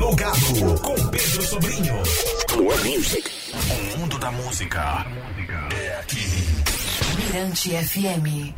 Plugado com Pedro Sobrinho. More Music. O mundo da música é aqui. Mirante FM.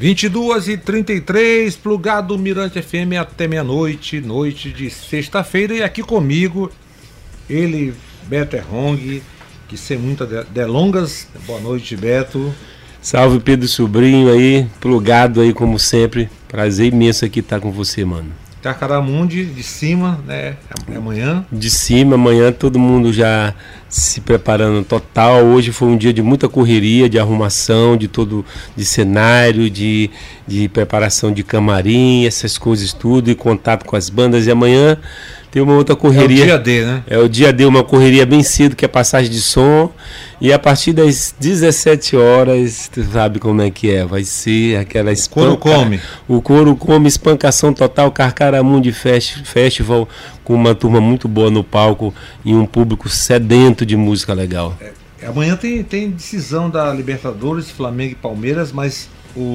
22h33, Plugado Mirante FM até meia-noite, noite de sexta-feira. E aqui comigo, ele, Beto Errong, que sem muitas delongas. Boa noite, Beto. Salve, Pedro Sobrinho aí, plugado aí como sempre. Prazer imenso aqui estar com você, mano. Carcaramundi, de cima, né? Amanhã. De cima, amanhã todo mundo já se preparando total. Hoje foi um dia de muita correria, de arrumação, de cenário, de preparação de camarim, essas coisas tudo, e contato com as bandas. E amanhã tem uma outra correria. É o dia D, né? É o dia D, uma correria bem cedo, que é passagem de som. E a partir das 17 horas, tu sabe como é que é. Vai ser aquela O couro come, espancação total, Carcaramundi Festival, com uma turma muito boa no palco e um público sedento de música legal. Amanhã tem decisão da Libertadores, Flamengo e Palmeiras, mas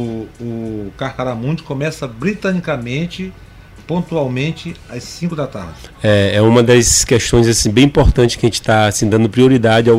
o Carcaramundi começa britanicamente, pontualmente às 5 da tarde. É uma das questões assim, bem importantes que a gente está assim, dando prioridade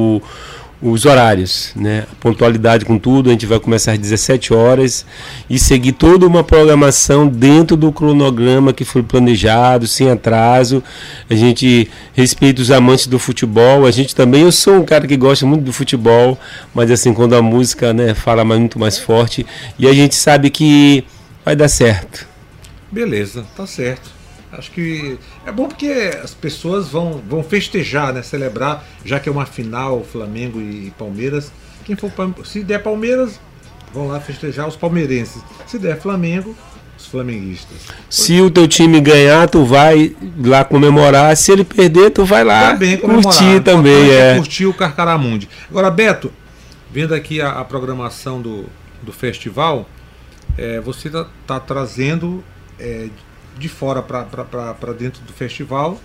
os horários, né? A pontualidade com tudo. A gente vai começar às 17 horas e seguir toda uma programação dentro do cronograma que foi planejado, sem atraso. A gente respeita os amantes do futebol. A gente também, eu sou um cara que gosta muito do futebol, mas assim, quando a música, né, fala muito mais forte, e a gente sabe que vai dar certo. Beleza, tá certo. Acho que é bom porque as pessoas vão festejar, né? Celebrar, já que é uma final, Flamengo e Palmeiras. Se der Palmeiras, vão lá festejar os palmeirenses. Se der Flamengo, os flamenguistas. Se o teu time ganhar, tu vai lá comemorar. Se ele perder, tu vai lá também curtir também. Curtir o Carcaramundi. Agora, Beto, vendo aqui a programação do festival, você tá trazendo de fora para dentro do festival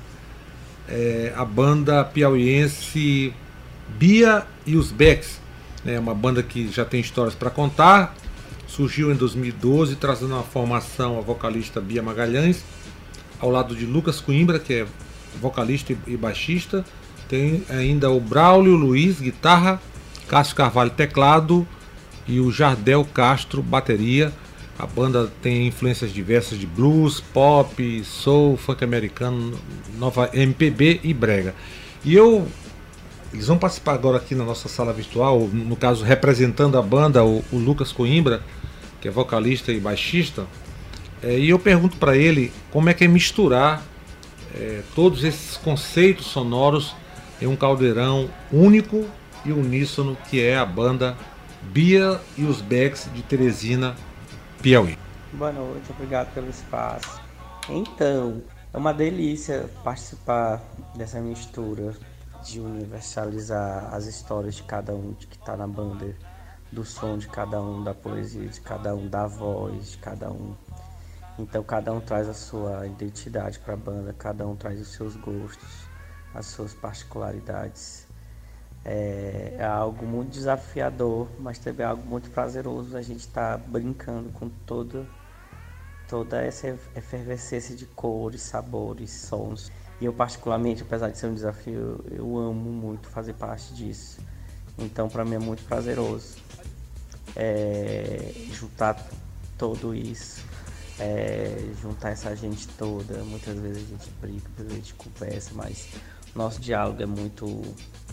a banda piauiense Bia e os Becks, né? Uma banda que já tem histórias para contar. Surgiu em 2012, trazendo uma formação a vocalista Bia Magalhães, ao lado de Lucas Coimbra, que é vocalista e baixista. Tem ainda o Braulio Luiz, guitarra, Cássio Carvalho, teclado, e o Jardel Castro, bateria. A banda tem influências diversas de blues, pop, soul, funk americano, nova MPB e brega. Eles vão participar agora aqui na nossa sala virtual, no caso representando a banda, o Lucas Coimbra, que é vocalista e baixista. E eu pergunto para ele como é que é misturar todos esses conceitos sonoros em um caldeirão único e uníssono, que é a banda Bia e os Becks de Teresina, Piauí. Boa noite, obrigado pelo espaço. Então, é uma delícia participar dessa mistura de universalizar as histórias de cada um que está na banda, do som de cada um, da poesia de cada um, da voz de cada um. Então, cada um traz a sua identidade para a banda, cada um traz os seus gostos, as suas particularidades. É algo muito desafiador, mas também é algo muito prazeroso. A gente está brincando com toda essa efervescência de cores, sabores, sons. E eu particularmente, apesar de ser um desafio, eu amo muito fazer parte disso. Então para mim é muito prazeroso juntar tudo isso, juntar essa gente toda. Muitas vezes a gente briga, muitas vezes a gente conversa, mas nosso diálogo é muito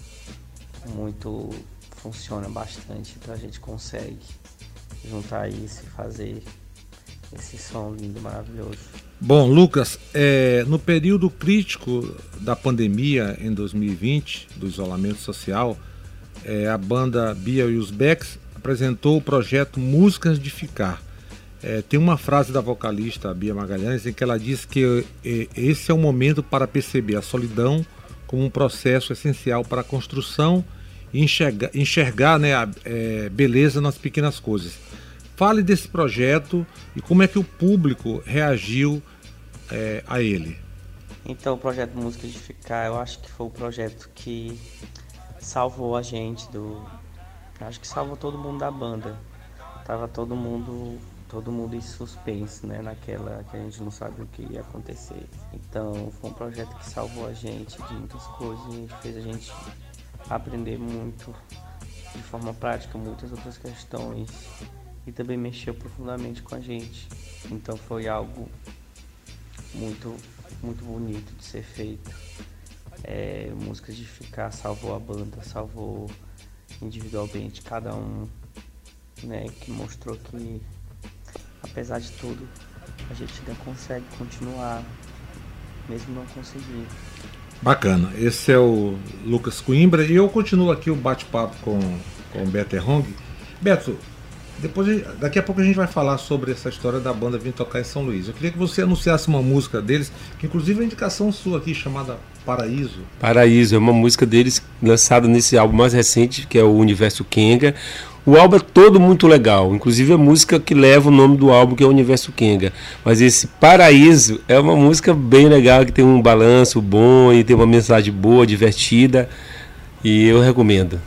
funciona bastante, então a gente consegue juntar isso e fazer esse som lindo, maravilhoso. Bom, Lucas, no período crítico da pandemia em 2020, do isolamento social, a banda Bia e os Becks apresentou o projeto Músicas de Ficar. Tem uma frase da vocalista Bia Magalhães em que ela diz que esse é o momento para perceber a solidão como um processo essencial para a construção e enxergar né, a beleza nas pequenas coisas. Fale desse projeto e como é que o público reagiu a ele. Então, o projeto Música de Ficar, eu acho que foi o projeto que salvou a gente acho que salvou todo mundo da banda. Tava todo mundo todo mundo em suspense, né? Naquela que a gente não sabe o que ia acontecer. Então foi um projeto que salvou a gente de muitas coisas e fez a gente aprender muito de forma prática, muitas outras questões, e também mexeu profundamente com a gente. Então foi algo muito, muito bonito de ser feito. Músicas de Ficar salvou a banda, salvou individualmente cada um, né, que mostrou que apesar de tudo a gente ainda consegue continuar mesmo não conseguindo. Bacana, esse é o Lucas Coimbra e eu continuo aqui o bate-papo com o Beto Errong. Beto, daqui a pouco a gente vai falar sobre essa história da banda vir tocar em São Luís. Eu queria que você anunciasse uma música deles, que inclusive é uma indicação sua aqui, chamada Paraíso. Paraíso é uma música deles lançada nesse álbum mais recente, que é o Universo Kenga. O álbum é todo muito legal, inclusive a música que leva o nome do álbum, que é o Universo Kenga. Mas esse Paraíso é uma música bem legal, que tem um balanço bom e tem uma mensagem boa, divertida, e eu recomendo.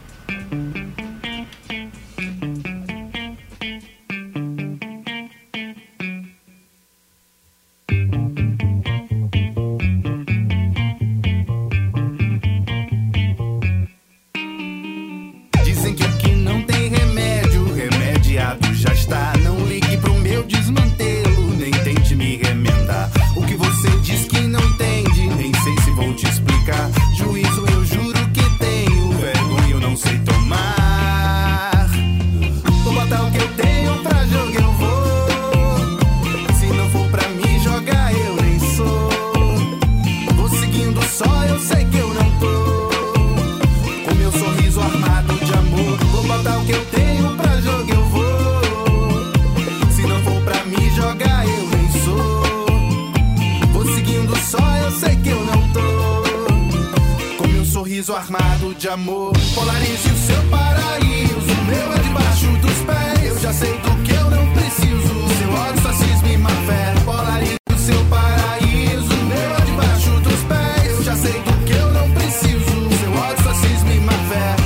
Armado de amor, polarize o seu paraíso. O meu é debaixo dos pés. Eu já sei do que eu não preciso. Seu ódio só cisma e má fé. Polarize o seu paraíso. O meu é debaixo dos pés. Eu já sei do que eu não preciso. Seu ódio só cisma e má fé.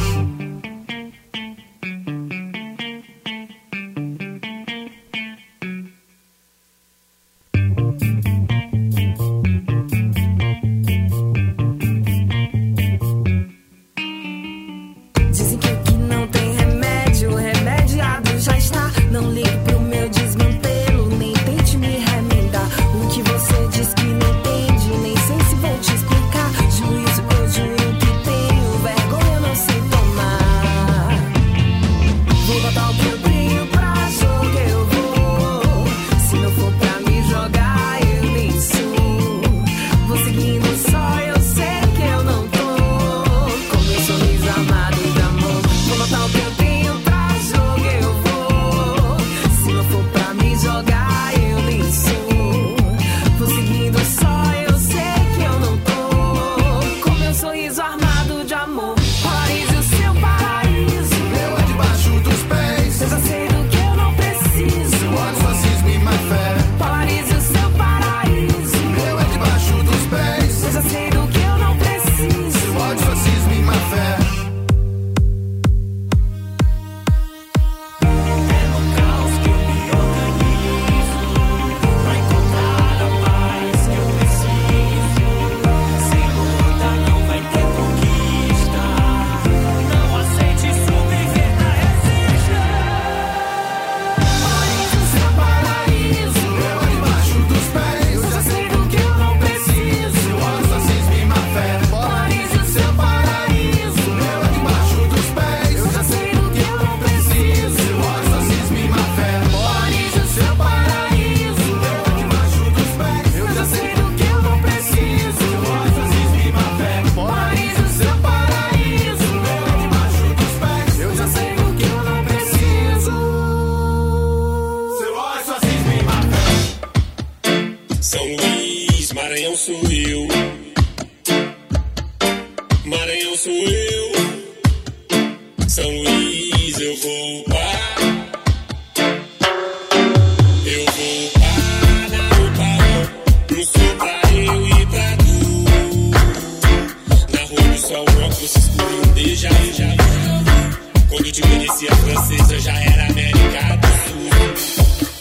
Quando te conheci a francesa já era América do Sul.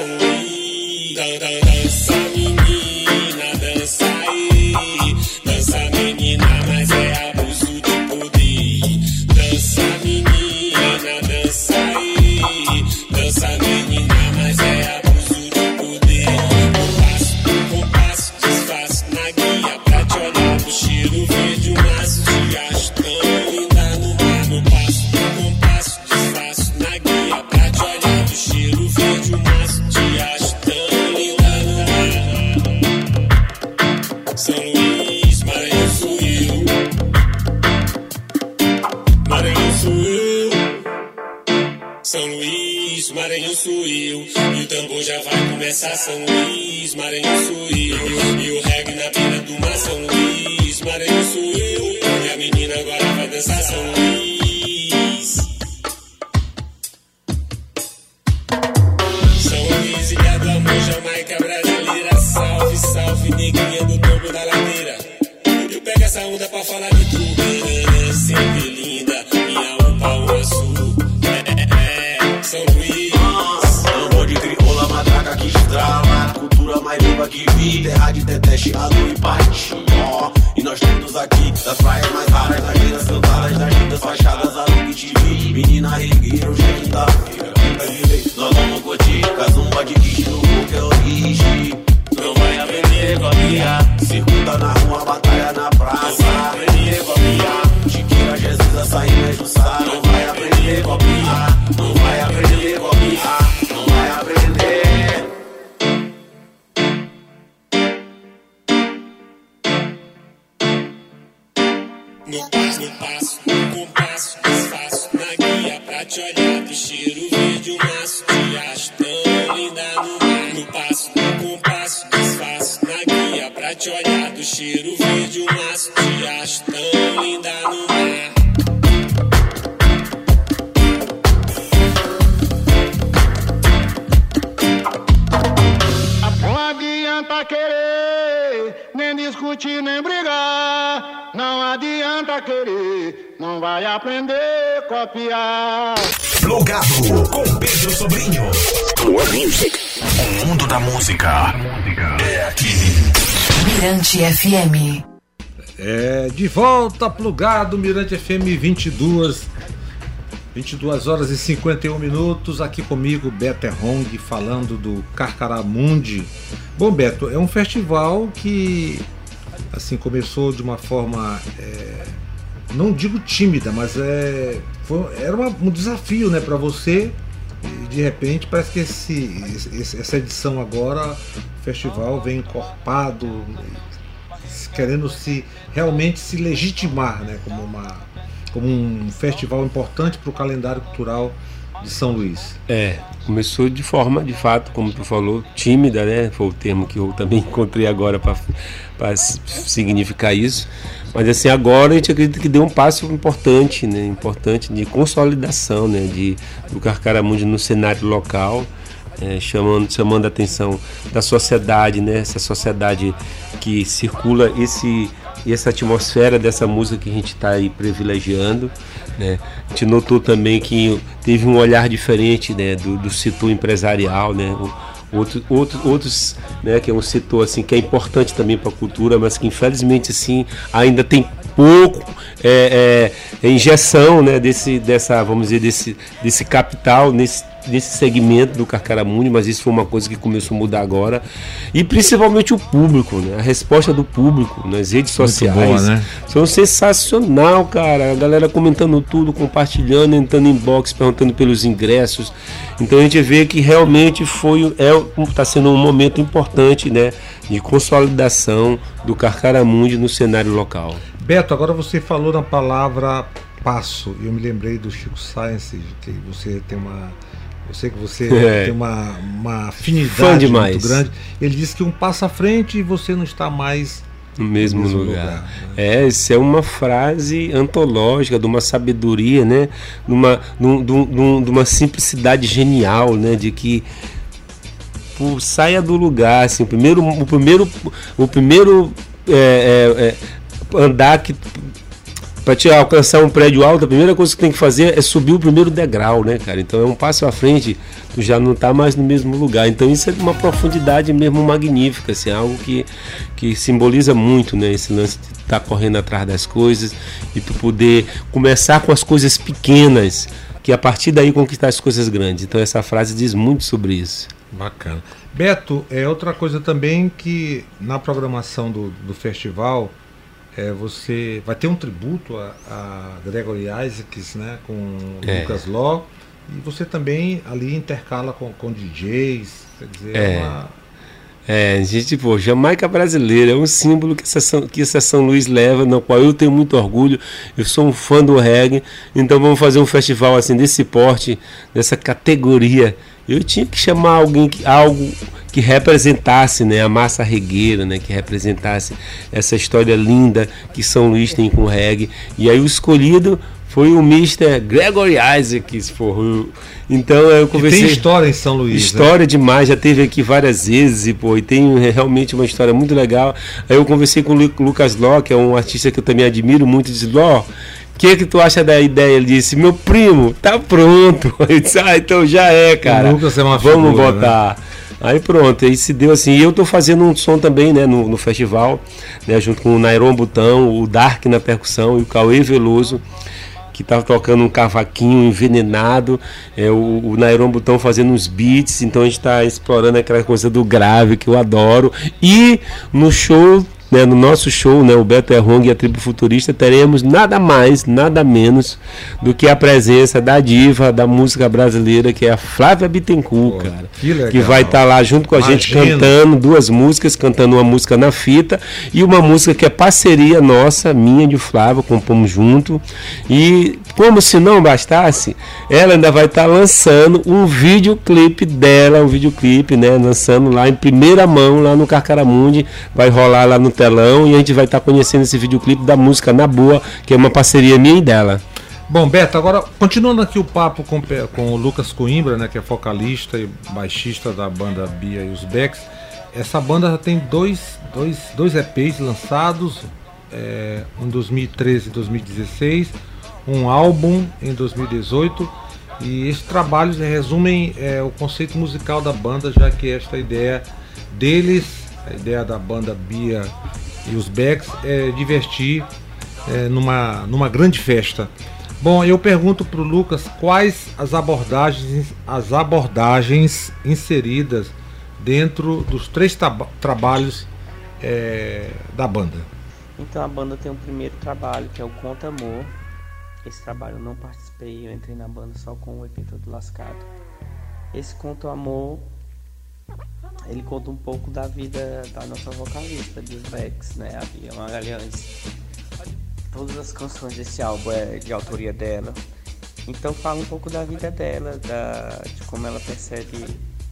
São Luís. Dança menina, dança aí. Dança menina, mas é abuso de poder. Dança menina, dança aí. Dança menina, mas é abuso de poder. Compasso, desfaço na guia pra te olhar no cheiro verde, um maço de acho tão linda no mar. No passo, compasso, desfaço na guia pra te olhar no cheiro verde, um maço de acho tão linda no mar. São Luís, Maranhão sou eu. Maranhão sou eu. São Luís, Maranhão sou eu. E o tambor já vai começar. São Luís, Maranhão sou eu. E o reggae na beira do mar. São Luís, Maranhão sou eu. E a menina agora vai dançar. São Luís. São Luís, Ilha do Amor, Jamaica brasileira. Salve, salve, neguinha do topo da ladeira. Eu pego essa onda pra falar de tudo. Sempre linda, minha upa azul. São Luís. Tambor de crioula, matraca que estrala. Cultura mais limpa que vi. Terra de teté, chiado e parte. E nós todos aqui, das praias mais raras, das vidas cantadas, das lindas fachadas, a que te vi. Menina regueira, hoje é quinta-feira. Nós vamos curtir, casumba de quiche no que é origem. Não vai aprender a copiar. Circuita na rua, batalha na praça. Não vai aprender a copiar. Chiqueira, Jesus, açaí, Mejussá. Não vai aprender a copiar. Não vai aprender a copiar. Não vai aprender. No passo, no compasso, desfaço na guia pra te olhar do cheiro verde, um maço de acho tão linda no mar. No passo, no compasso, desfaço na guia pra te olhar do cheiro verde, um maço de acho tão linda no mar. Não adianta querer, nem discutir, nem brigar. Não adianta querer, não vai aprender a copiar. Plugado com Pedro Sobrinho. More Music. O mundo da música é aqui. Mirante FM. De volta, plugado, Mirante FM 22 horas e 51 minutos, aqui comigo Beto Errong, falando do Carcaramundi. Bom, Beto, é um festival que assim começou de uma forma, não digo tímida, mas era um desafio, né, para você. E de repente parece que essa edição agora, o festival vem encorpado, querendo realmente se legitimar, né, como um festival importante para o calendário cultural de São Luís. Começou de forma, de fato, como tu falou, tímida, né? Foi o termo que eu também encontrei agora para significar isso. Mas assim, agora a gente acredita que deu um passo importante, né? Importante de consolidação, né? Do Carcaramundi no cenário local, chamando a atenção da sociedade, né? Essa sociedade que circula essa atmosfera dessa música que a gente está aí privilegiando, né? A gente notou também que teve um olhar diferente, né, do setor empresarial, né? Outros, né, que é um setor assim, que é importante também para a cultura, mas que infelizmente assim, ainda tem pouco injeção, né, desse capital nesse segmento do Carcaramundi, mas isso foi uma coisa que começou a mudar agora, e principalmente o público, né? A resposta do público nas redes sociais boa, né? São sensacional, cara, a galera comentando tudo, compartilhando, entrando em box, perguntando pelos ingressos. Então a gente vê que realmente está sendo um momento importante, né, de consolidação do Carcaramundi no cenário local. Beto, agora você falou na palavra passo, e eu me lembrei do Chico Science, que você tem eu sei que você tem uma afinidade muito grande. Ele disse que um passo à frente e você não está mais no mesmo lugar. Isso é uma frase antológica, de uma sabedoria, né? De uma simplicidade genial, né? De que saia do lugar, assim, o primeiro andar que Para te alcançar um prédio alto, a primeira coisa que tem que fazer é subir o primeiro degrau, né, cara? Então é um passo à frente, tu já não tá mais no mesmo lugar. Então isso é de uma profundidade mesmo magnífica, assim, algo que simboliza muito, né? Esse lance de estar correndo atrás das coisas e tu poder começar com as coisas pequenas, que a partir daí conquistar as coisas grandes. Então essa frase diz muito sobre isso. Bacana. Beto, é outra coisa também que na programação do festival, você vai ter um tributo a Gregory Isaacs, né, com Lucas Law, e você também ali intercala com DJs, quer dizer, gente, Jamaica brasileira é um símbolo que essa São Luís leva, no qual eu tenho muito orgulho. Eu sou um fã do reggae, então vamos fazer um festival assim desse porte, dessa categoria. Eu tinha que chamar algo que representasse, né, a massa regueira, né, que representasse essa história linda que São Luís tem com o reggae. E aí o escolhido foi o Mr. Gregory Isaacs. Então eu conversei. E tem história em São Luís. História, né? Demais, já teve aqui várias vezes e tem realmente uma história muito legal. Aí eu conversei com o Lucas Law, que é um artista que eu também admiro muito, e disse: Law, o que tu acha da ideia? Ele disse: meu primo, tá pronto. Eu disse: então já é, cara. O Lucas é uma Vamos figura, botar. Né? Aí pronto, aí se deu assim. E eu tô fazendo um som também, né, no festival, né, junto com o Nairon Butão, o Dark na percussão e o Cauê Veloso, que tá tocando um cavaquinho envenenado, o Nairon Butão fazendo uns beats. Então a gente tá explorando aquela coisa do grave que eu adoro. E no show, né, no nosso show, né, o Beto Errong e a Tribo Futurista, teremos nada mais, nada menos do que a presença da diva da música brasileira, que é a Flávia Bittencourt, cara, que vai estar lá junto com a gente cantando duas músicas, cantando uma música na fita e uma música que é parceria nossa, minha de Flávia, compomos junto. E como se não bastasse, ela ainda vai estar lançando um videoclipe dela, né, lançando lá em primeira mão lá no Carcaramundi, vai rolar lá no telão e a gente vai estar conhecendo esse videoclipe da música Na Boa, que é uma parceria minha e dela. Bom, Beto, agora continuando aqui o papo com o Lucas Coimbra, né, que é vocalista e baixista da banda Bia e os Becks. Essa banda já tem dois EPs lançados, em 2013 e 2016, um álbum em 2018, e esses trabalhos resumem o conceito musical da banda, já que esta ideia deles, a ideia da banda Bia e os Becks, é divertir numa grande festa. Bom, eu pergunto para o Lucas quais as abordagens inseridas dentro dos 3 trabalhos da banda. Então a banda tem um primeiro trabalho, que é o Conta Amor. Esse trabalho eu não participei, eu entrei na banda só com o EP Todo Lascado. Esse Conta Amor, ele conta um pouco da vida da nossa vocalista, dos Becks, né, a Bia Magalhães. Todas as canções desse álbum é de autoria dela. Então fala um pouco da vida dela, de como ela percebe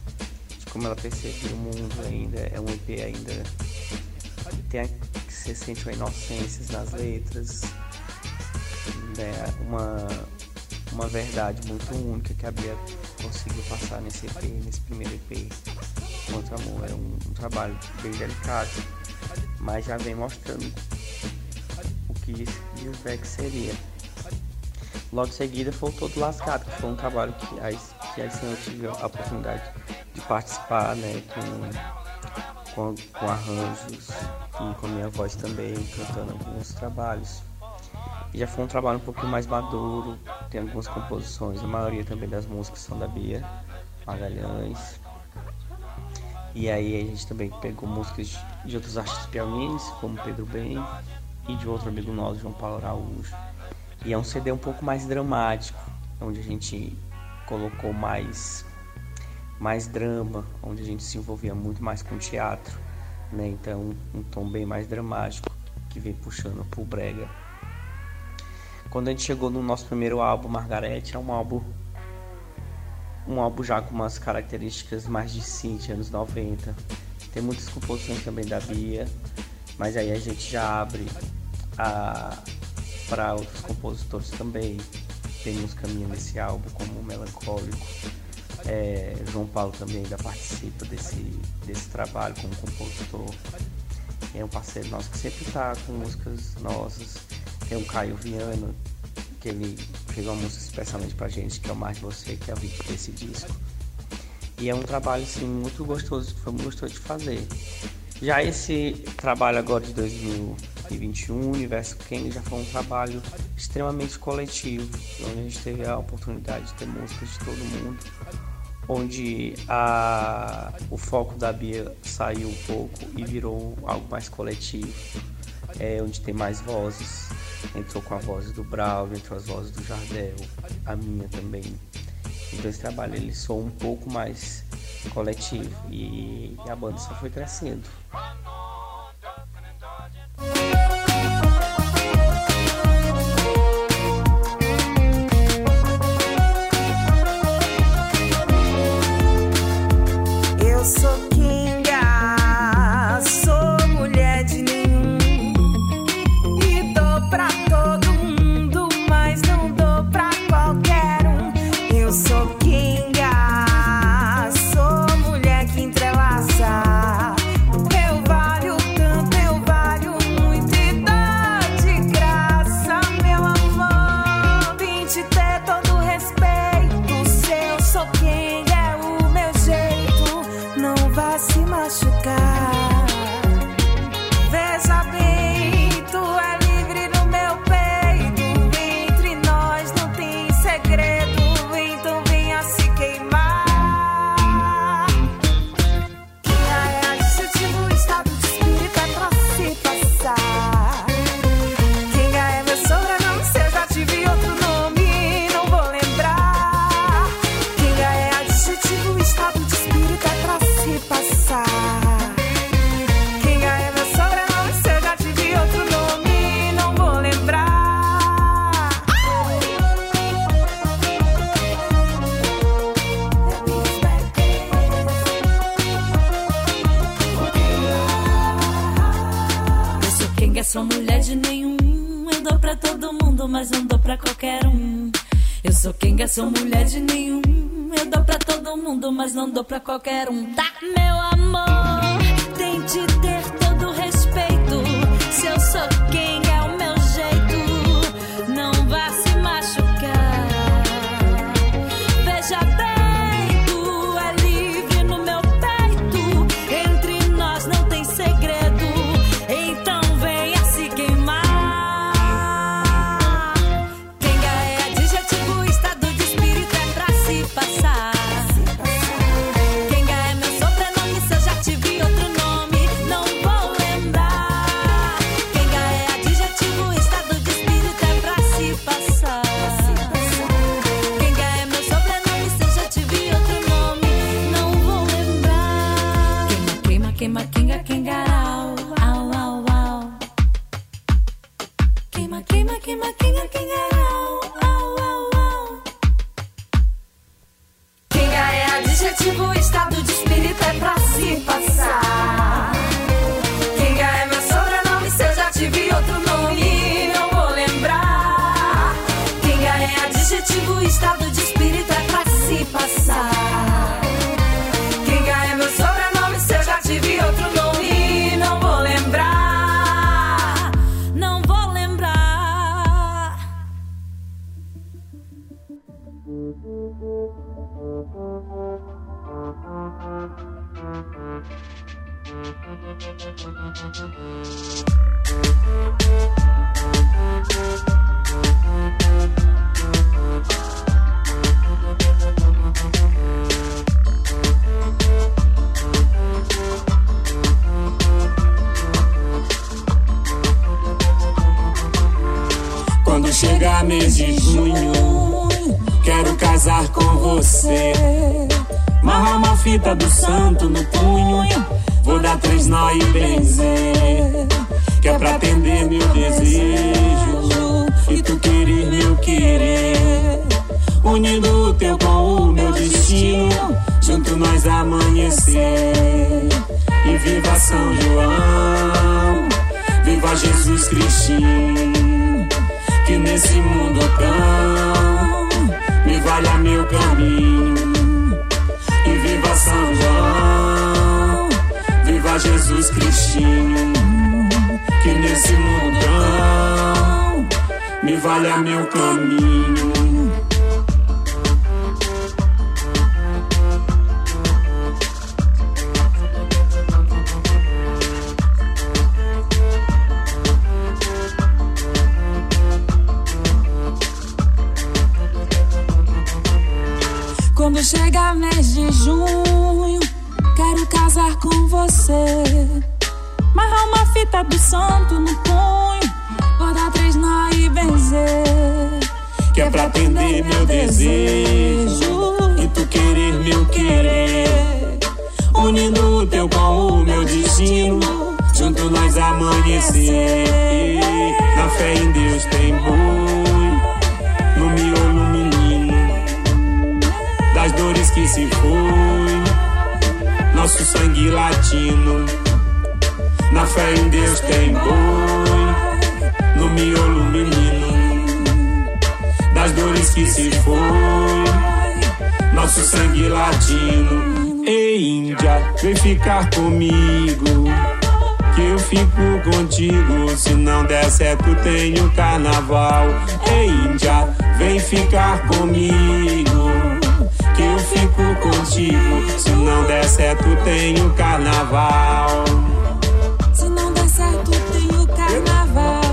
o mundo ainda. É um EP ainda que você sente uma inocência nas letras, né, uma verdade muito única que a Bia conseguiu passar nesse EP, nesse primeiro EP. Contra Amor é um trabalho bem delicado, mas já vem mostrando o que o Beck seria. Logo em seguida foi o Todo Lascado, que foi um trabalho que eu tive a oportunidade de participar, né, com arranjos e com a minha voz também, cantando alguns trabalhos. E já foi um trabalho um pouquinho mais maduro, tem algumas composições, a maioria também das músicas são da Bia Magalhães. E aí a gente também pegou músicas de outros artistas piauienses, como Pedro Bem, e de outro amigo nosso, João Paulo Araújo. E é um CD um pouco mais dramático, onde a gente colocou mais drama, onde a gente se envolvia muito mais com teatro, né? Então um tom bem mais dramático, que vem puxando pro brega. Quando a gente chegou no nosso primeiro álbum, Margarete, é um álbum já com umas características mais de synth, anos 90. Tem muitas composições também da Bia, mas aí a gente já abre para outros compositores também. Tem música minha nesse álbum, como Melancólico. João Paulo também ainda participa desse trabalho como compositor. É um parceiro nosso que sempre está com músicas nossas. tem o Caio Viana, que ele fez uma música especialmente pra gente, que é o Mais Você, que é o hit desse disco. E é um trabalho assim, muito gostoso, foi muito gostoso de fazer. Já esse trabalho agora de 2021, Universo Kenga, já foi um trabalho extremamente coletivo, onde a gente teve a oportunidade de ter músicas de todo mundo, onde o foco da Bia saiu um pouco e virou algo mais coletivo, onde tem mais vozes. Entrou com a voz do Braulio, entrou as vozes do Jardel, a minha também. Então esse trabalho ele soou um pouco mais coletivo e a banda só foi crescendo. Eu sou Kenga, sou mulher de nenhum e dou pra todo mundo, mas não dou pra qualquer um. Eu sou Kenga, sou mulher que entrelaça. Eu valho tanto, eu valho muito e dou de graça, meu amor. Vim te ter todo respeito, se eu sou Kenga é o meu jeito. Não vá se machucar. Veja bem, tu é livre no meu peito. Entre nós não tem segredo, então venha se queimar. Quem é adjetivo, estado de espírito é pra se passar. Quem é meu sobrenome, se eu já tive outro nome, não vou lembrar. Quem é adjetivo, estado de espírito é pra se passar. Quem é meu sobrenome, se eu já tive outro nome, não vou lembrar. Eu sou Kenga, sou mulher de nenhum. Eu dou pra todo mundo, mas não dou pra qualquer um. Eu sou Kenga, sou mulher de nenhum. Eu dou pra todo mundo, mas não dou pra qualquer um. Tá, meu amor, tem de ter todo respeito. Se eu sou Kenga é o meu jeito. Não vá se machucar. Veja bem, tu é livre no meu peito. Entre nós não tem segredo, então venha se queimar. Kenga é adjetivo, estado de espírito é pra se passar. Kenga é meu sobrenome, se eu já tive outro nome, não vou lembrar. Kenga é adjetivo, estado de espírito é pra se passar. Kenga é meu sobrenome, se eu já tive outro nome, não vou lembrar. Queima, queima, queima, Kenga, Kenga, au, au, au. Queima, queima, queima, Kenga, Kenga, au, au, au. Kenga é adjetivo, estado de espírito é pra se passar. Kenga é meu sobrenome, se eu já tive outro nome, não vou lembrar. Kenga é adjetivo, estado de espírito é pra se passar. Kenga é meu sobrenome, se eu já tive outro nome, não vou lembrar. Não vou lembrar. Quando chegar mês de junho, quero casar com você. Marrar uma fita do santo no punho, vou dar 3 nó e benzer, que é pra atender meu desejo e tu querer meu querer. Unindo o teu com o meu destino, junto nós amanhecer. E viva São João, viva Jesus Cristinho, que nesse mundo tão me valha meu caminho. E viva São João, viva Jesus Cristinho, que nesse mundo tão me valha meu caminho. Quando chega mês de junho, quero casar com você. Marrar uma fita do santo no punho, bordar 3 nó e benzer. Que é pra atender meu desejo e tu querer meu querer. Unindo o teu com o meu destino, junto nós amanhecer. Na fé em Deus tem boi, no miolo menino das dores que se foi, nosso sangue latino. Na fé em Deus tem boi, no miolo menino das dores que se foi, nosso sangue latino. Ei, Índia, vem ficar comigo, que eu fico contigo. Se não der certo tem o carnaval. Ei, Índia, vem ficar comigo, que eu fico contigo. Se não der certo tem o carnaval. Se não der certo tem o carnaval.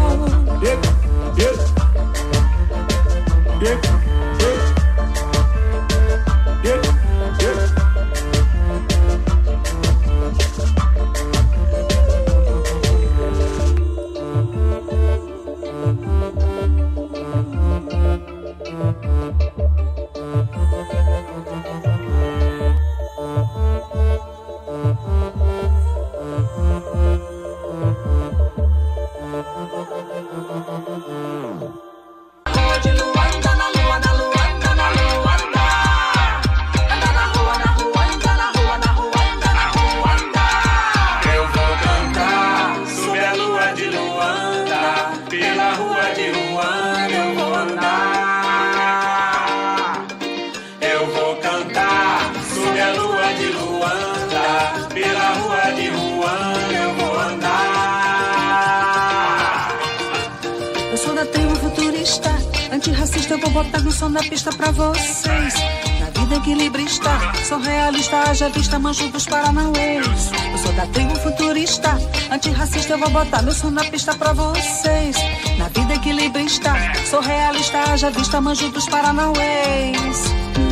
Antirracista, eu vou botar no som da pista pra vocês. Na vida equilibrista, sou realista, haja vista, manjo dos paranauês. Eu sou da tribo futurista, antirracista, eu vou botar meu som na pista pra vocês. Na vida equilibrista, sou realista, haja vista, manjo dos paranauês.